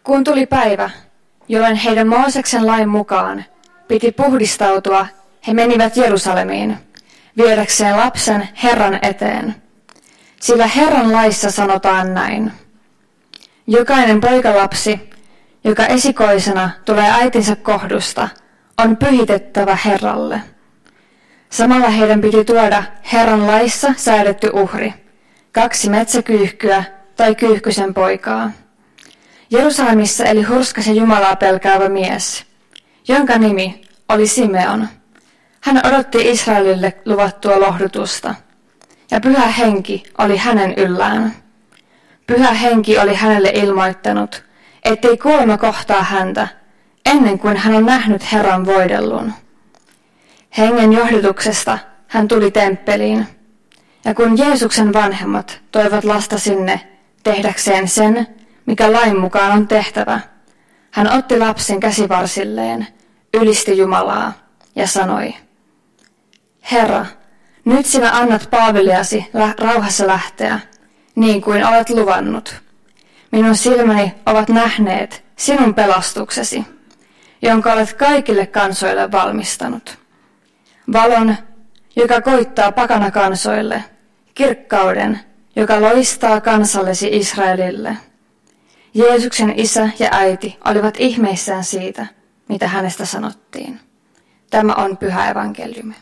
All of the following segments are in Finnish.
Kun tuli päivä, jolloin heidän Mooseksen lain mukaan piti puhdistautua, he menivät Jerusalemiin, viedäkseen lapsen Herran eteen. Sillä Herran laissa sanotaan näin. Jokainen poikalapsi, joka esikoisena tulee äitinsä kohdusta, on pyhitettävä Herralle. Samalla heidän piti tuoda Herran laissa säädetty uhri, 2 metsäkyyhkyä tai kyyhkysen poikaa. Jerusalemissa eli hurskas ja Jumalaa pelkäävä mies, jonka nimi oli Simeon. Hän odotti Israelille luvattua lohdutusta, ja Pyhä Henki oli hänen yllään. Pyhä Henki oli hänelle ilmoittanut, ettei kuolema kohtaa häntä, ennen kuin hän on nähnyt Herran voidellun. Hengen johdatuksesta hän tuli temppeliin, ja kun Jeesuksen vanhemmat toivat lasta sinne tehdäkseen sen, mikä lain mukaan on tehtävä, hän otti lapsen käsivarsilleen, ylisti Jumalaa ja sanoi, Herra, nyt sinä annat palvelijasi rauhassa lähteä, niin kuin olet luvannut. Minun silmäni ovat nähneet sinun pelastuksesi, jonka olet kaikille kansoille valmistanut. Valon, joka koittaa pakanakansoille, kirkkauden, joka loistaa kansallesi Israelille. Jeesuksen isä ja äiti olivat ihmeissään siitä, mitä hänestä sanottiin. Tämä on pyhä evankeliumi.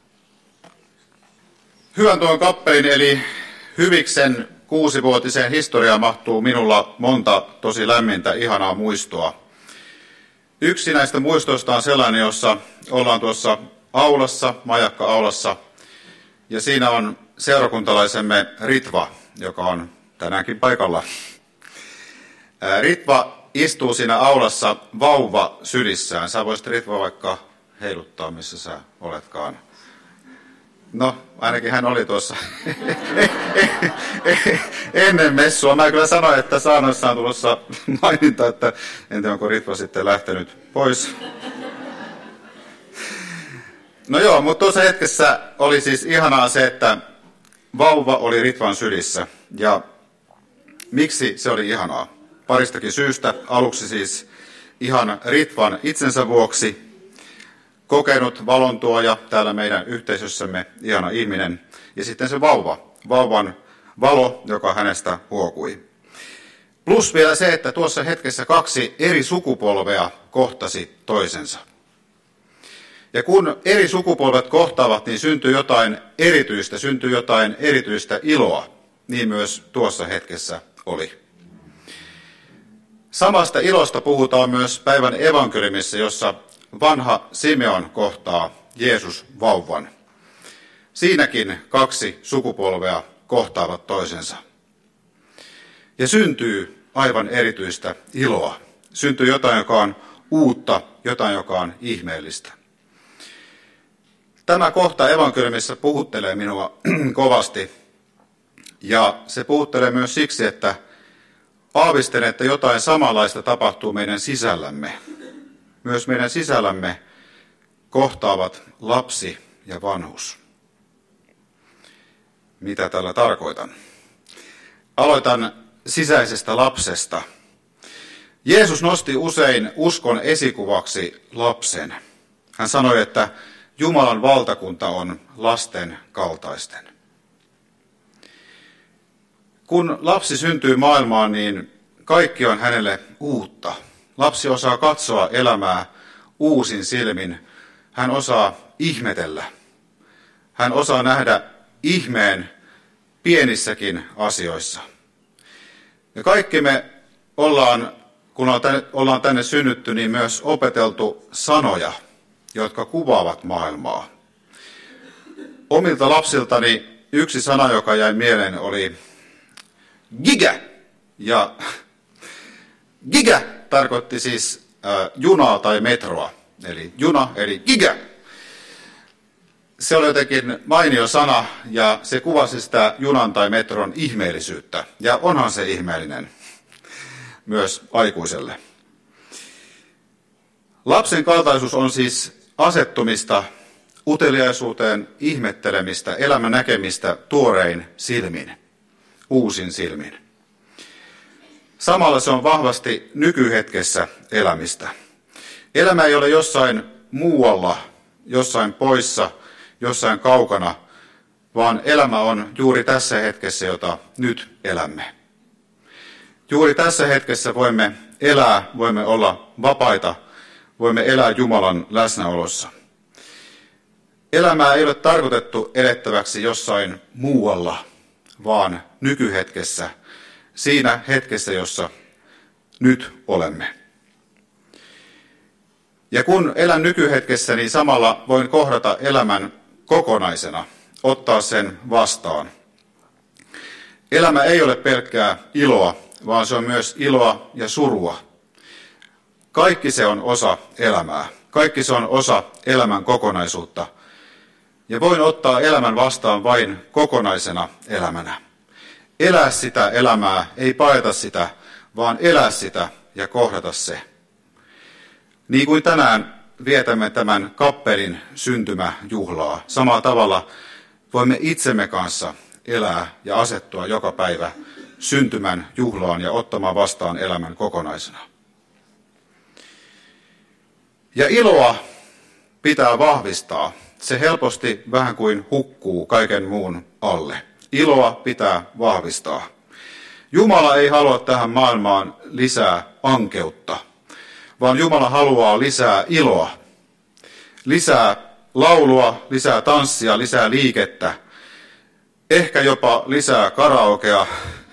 Hyvän tuon kappelin eli Hyviksen 6-vuotiseen historiaan mahtuu minulla monta tosi lämmintä, ihanaa muistoa. Yksi näistä muistoista on sellainen, jossa ollaan tuossa aulassa, majakka-aulassa, ja siinä on seurakuntalaisemme Ritva, joka on tänäänkin paikalla. Ritva istuu siinä aulassa vauva sylissään. Sä voisit Ritva vaikka heiluttaa, missä sä oletkaan. No, ainakin hän oli tuossa ennen messua. Mä kyllä sanoin, että saarnoissa on tulossa maininta, että en tiedä, onko Ritva sitten lähtenyt pois. No joo, mutta tuossa hetkessä oli siis ihanaa se, että vauva oli Ritvan sylissä. Ja miksi se oli ihanaa? Paristakin syystä. Aluksi siis ihan Ritvan itsensä vuoksi. Kokenut valontuoja täällä meidän yhteisössämme, ihana ihminen. Ja sitten se vauvan valo, joka hänestä huokui. Plus vielä se, että tuossa hetkessä 2 eri sukupolvea kohtasi toisensa. Ja kun eri sukupolvet kohtaavat, niin syntyy jotain erityistä iloa. Niin myös tuossa hetkessä oli. Samasta ilosta puhutaan myös päivän evankeliumissa, jossa vanha Simeon kohtaa Jeesus-vauvan. Siinäkin 2 sukupolvea kohtaavat toisensa. Ja syntyy aivan erityistä iloa. Syntyy jotain, joka on uutta, jotain, joka on ihmeellistä. Tämä kohta evankeliumissa puhuttelee minua kovasti. Ja se puhuttelee myös siksi, että aavistelen, että jotain samanlaista tapahtuu meidän sisällämme. Myös meidän sisällämme kohtaavat lapsi ja vanhus. Mitä tällä tarkoitan? Aloitan sisäisestä lapsesta. Jeesus nosti usein uskon esikuvaksi lapsen. Hän sanoi, että Jumalan valtakunta on lasten kaltaisten. Kun lapsi syntyy maailmaan, niin kaikki on hänelle uutta. Lapsi osaa katsoa elämää uusin silmin. Hän osaa ihmetellä. Hän osaa nähdä ihmeen pienissäkin asioissa. Ja kaikki me kun ollaan tänne synnytty, niin myös opeteltu sanoja, jotka kuvaavat maailmaa. Omilta lapsiltani yksi sana, joka jäi mieleen, oli giga. Ja giga tarkoitti siis junaa tai metroa, eli juna, eli giga. Se oli jotenkin mainio sana, ja se kuvasi sitä junan tai metron ihmeellisyyttä. Ja onhan se ihmeellinen myös aikuiselle. Lapsen kaltaisuus on siis asettumista uteliaisuuteen, ihmettelemistä, elämän näkemistä tuorein silmin, uusin silmin. Samalla se on vahvasti nykyhetkessä elämistä. Elämä ei ole jossain muualla, jossain poissa, jossain kaukana, vaan elämä on juuri tässä hetkessä, jota nyt elämme. Juuri tässä hetkessä voimme elää, voimme olla vapaita, voimme elää Jumalan läsnäolossa. Elämää ei ole tarkoitettu elettäväksi jossain muualla, vaan nykyhetkessä, siinä hetkessä, jossa nyt olemme. Ja kun elän nykyhetkessä, niin samalla voin kohdata elämän kokonaisena, ottaa sen vastaan. Elämä ei ole pelkkää iloa, vaan se on myös iloa ja surua. Kaikki se on osa elämää. Kaikki se on osa elämän kokonaisuutta. Ja voin ottaa elämän vastaan vain kokonaisena elämänä. Elää sitä elämää, ei paeta sitä, vaan elää sitä ja kohdata se. Niin kuin tänään vietämme tämän kappelin syntymäjuhlaa, samalla tavalla voimme itsemme kanssa elää ja asettua joka päivä syntymän juhlaan ja ottamaan vastaan elämän kokonaisena. Ja iloa pitää vahvistaa. Se helposti vähän kuin hukkuu kaiken muun alle. Iloa pitää vahvistaa. Jumala ei halua tähän maailmaan lisää ankeutta, vaan Jumala haluaa lisää iloa. Lisää laulua, lisää tanssia, lisää liikettä. Ehkä jopa lisää karaokea,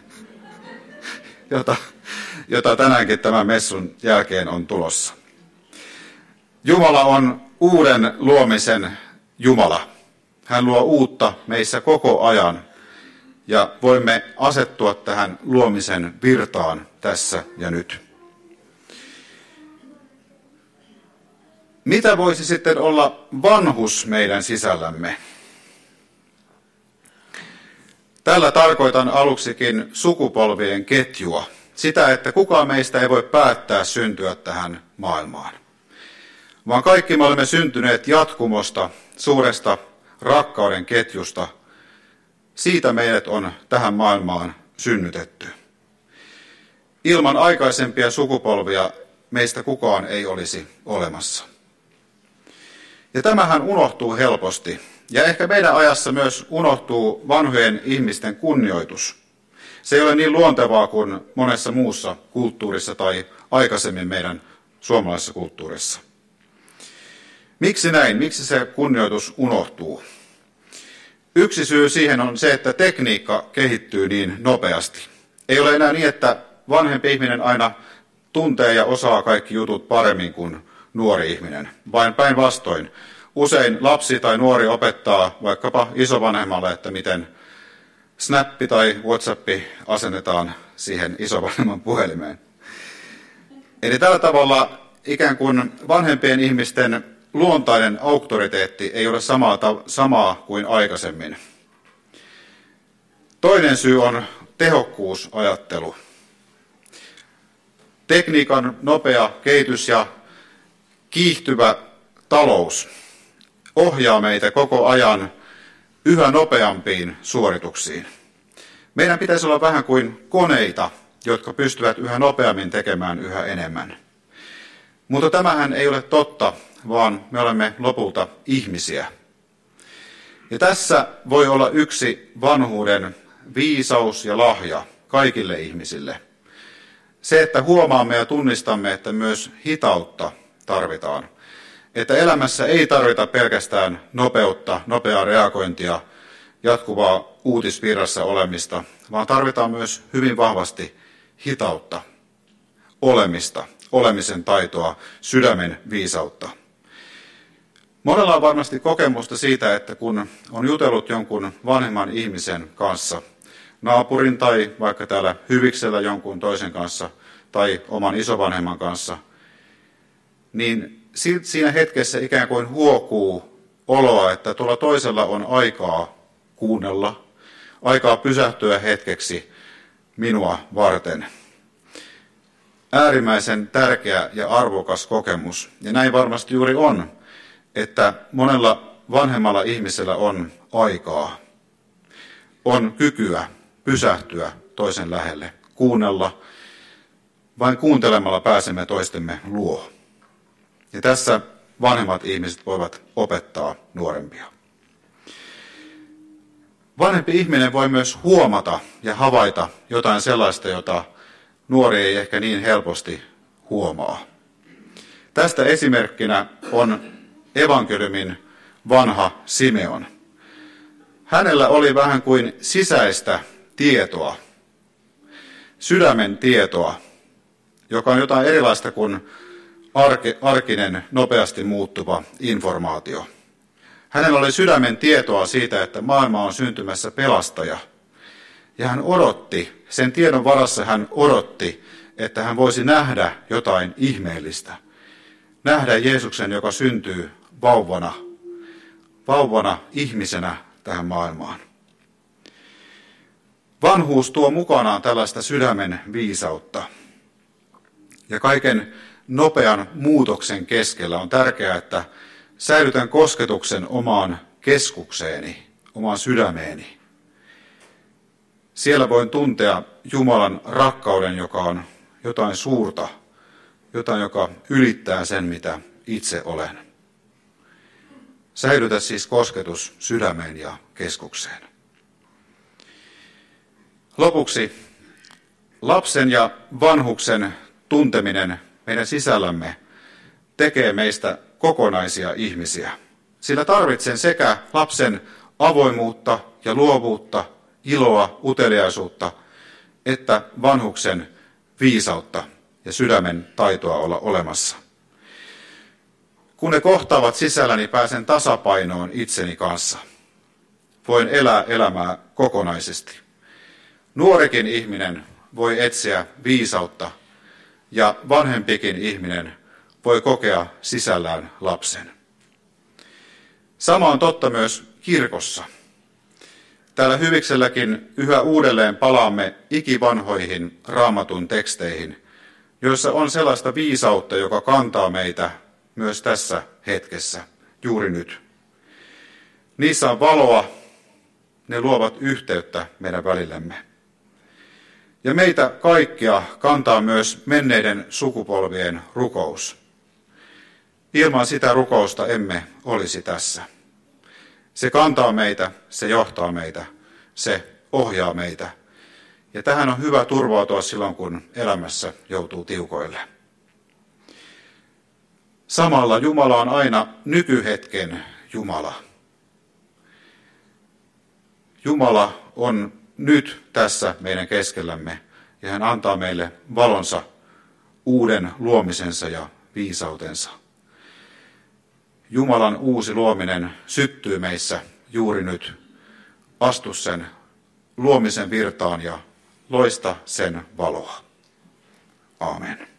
jota tänäänkin tämän messun jälkeen on tulossa. Jumala on uuden luomisen Jumala. Hän luo uutta meissä koko ajan ja voimme asettua tähän luomisen virtaan tässä ja nyt. Mitä voisi sitten olla vanhus meidän sisällämme? Tällä tarkoitan aluksikin sukupolvien ketjua. Sitä, että kukaan meistä ei voi päättää syntyä tähän maailmaan. Vaan kaikki me olemme syntyneet jatkumosta, suuresta rakkauden ketjusta. Siitä meidät on tähän maailmaan synnytetty. Ilman aikaisempia sukupolvia meistä kukaan ei olisi olemassa. Ja tämähän unohtuu helposti. Ja ehkä meidän ajassa myös unohtuu vanhojen ihmisten kunnioitus. Se ei ole niin luontevaa kuin monessa muussa kulttuurissa tai aikaisemmin meidän suomalaisessa kulttuurissa. Miksi näin? Miksi se kunnioitus unohtuu? Yksi syy siihen on se, että tekniikka kehittyy niin nopeasti. Ei ole enää niin, että vanhempi ihminen aina tuntee ja osaa kaikki jutut paremmin kuin nuori ihminen, vaan päinvastoin. Usein lapsi tai nuori opettaa vaikkapa isovanhemmalle, että miten Snappi tai WhatsAppi asennetaan siihen isovanhemman puhelimeen. Eli tällä tavalla ikään kuin vanhempien ihmisten luontainen auktoriteetti ei ole samaa kuin aikaisemmin. Toinen syy on tehokkuusajattelu. Tekniikan nopea kehitys ja kiihtyvä talous ohjaa meitä koko ajan yhä nopeampiin suorituksiin. Meidän pitäisi olla vähän kuin koneita, jotka pystyvät yhä nopeammin tekemään yhä enemmän. Mutta tämähän ei ole totta, vaan me olemme lopulta ihmisiä. Ja tässä voi olla yksi vanhuuden viisaus ja lahja kaikille ihmisille. Se, että huomaamme ja tunnistamme, että myös hitautta tarvitaan. Että elämässä ei tarvita pelkästään nopeutta, nopeaa reagointia, jatkuvaa uutisvirrassa olemista, vaan tarvitaan myös hyvin vahvasti hitautta, olemista, olemisen taitoa, sydämen viisautta. Monella on varmasti kokemusta siitä, että kun on jutellut jonkun vanhemman ihmisen kanssa, naapurin tai vaikka täällä hyviksellä jonkun toisen kanssa tai oman isovanhemman kanssa, niin siinä hetkessä ikään kuin huokuu oloa, että tuolla toisella on aikaa kuunnella, aikaa pysähtyä hetkeksi minua varten. Äärimmäisen tärkeä ja arvokas kokemus. Ja näin varmasti juuri on, että monella vanhemmalla ihmisellä on aikaa, on kykyä pysähtyä toisen lähelle, kuunnella, Vain kuuntelemalla pääsemme toistemme luo. Ja tässä vanhemmat ihmiset voivat opettaa nuorempia. Vanhempi ihminen voi myös huomata ja havaita jotain sellaista, jota nuori ei ehkä niin helposti huomaa. Tästä esimerkkinä on evankeliumin vanha Simeon. Hänellä oli vähän kuin sisäistä tietoa, sydämen tietoa, joka on jotain erilaista kuin arkinen, nopeasti muuttuva informaatio. Hänellä oli sydämen tietoa siitä, että maailma on syntymässä pelastaja. Ja hän odotti, sen tiedon varassa hän odotti, että hän voisi nähdä jotain ihmeellistä. Nähdä Jeesuksen, joka syntyy vauvana ihmisenä tähän maailmaan. Vanhuus tuo mukanaan tällaista sydämen viisautta. Ja kaiken nopean muutoksen keskellä on tärkeää, että säilytän kosketuksen omaan keskukseeni, omaan sydämeeni. Siellä voin tuntea Jumalan rakkauden, joka on jotain suurta, jotain, joka ylittää sen, mitä itse olen. Säilytä siis kosketus sydämeen ja keskukseen. Lopuksi lapsen ja vanhuksen tunteminen meidän sisällämme tekee meistä kokonaisia ihmisiä. Sillä tarvitsen sekä lapsen avoimuutta ja luovuutta, iloa, uteliaisuutta, että vanhuksen viisautta ja sydämen taitoa olla olemassa. Kun ne kohtaavat sisälläni, pääsen tasapainoon itseni kanssa. Voin elää elämää kokonaisesti. Nuorikin ihminen voi etsiä viisautta ja vanhempikin ihminen voi kokea sisällään lapsen. Sama on totta myös kirkossa. Täällä Hyvikselläkin yhä uudelleen palaamme ikivanhoihin Raamatun teksteihin, joissa on sellaista viisautta, joka kantaa meitä myös tässä hetkessä, juuri nyt. Niissä on valoa, ne luovat yhteyttä meidän välillemme. Ja meitä kaikkia kantaa myös menneiden sukupolvien rukous. Ilman sitä rukousta emme olisi tässä. Se kantaa meitä, se johtaa meitä, se ohjaa meitä. Ja tähän on hyvä turvautua silloin, kun elämässä joutuu tiukoille. Samalla Jumala on aina nykyhetken Jumala. Jumala on nyt tässä meidän keskellämme ja hän antaa meille valonsa, uuden luomisensa ja viisautensa. Jumalan uusi luominen syttyy meissä juuri nyt. Astu sen luomisen virtaan ja loista sen valoa. Aamen.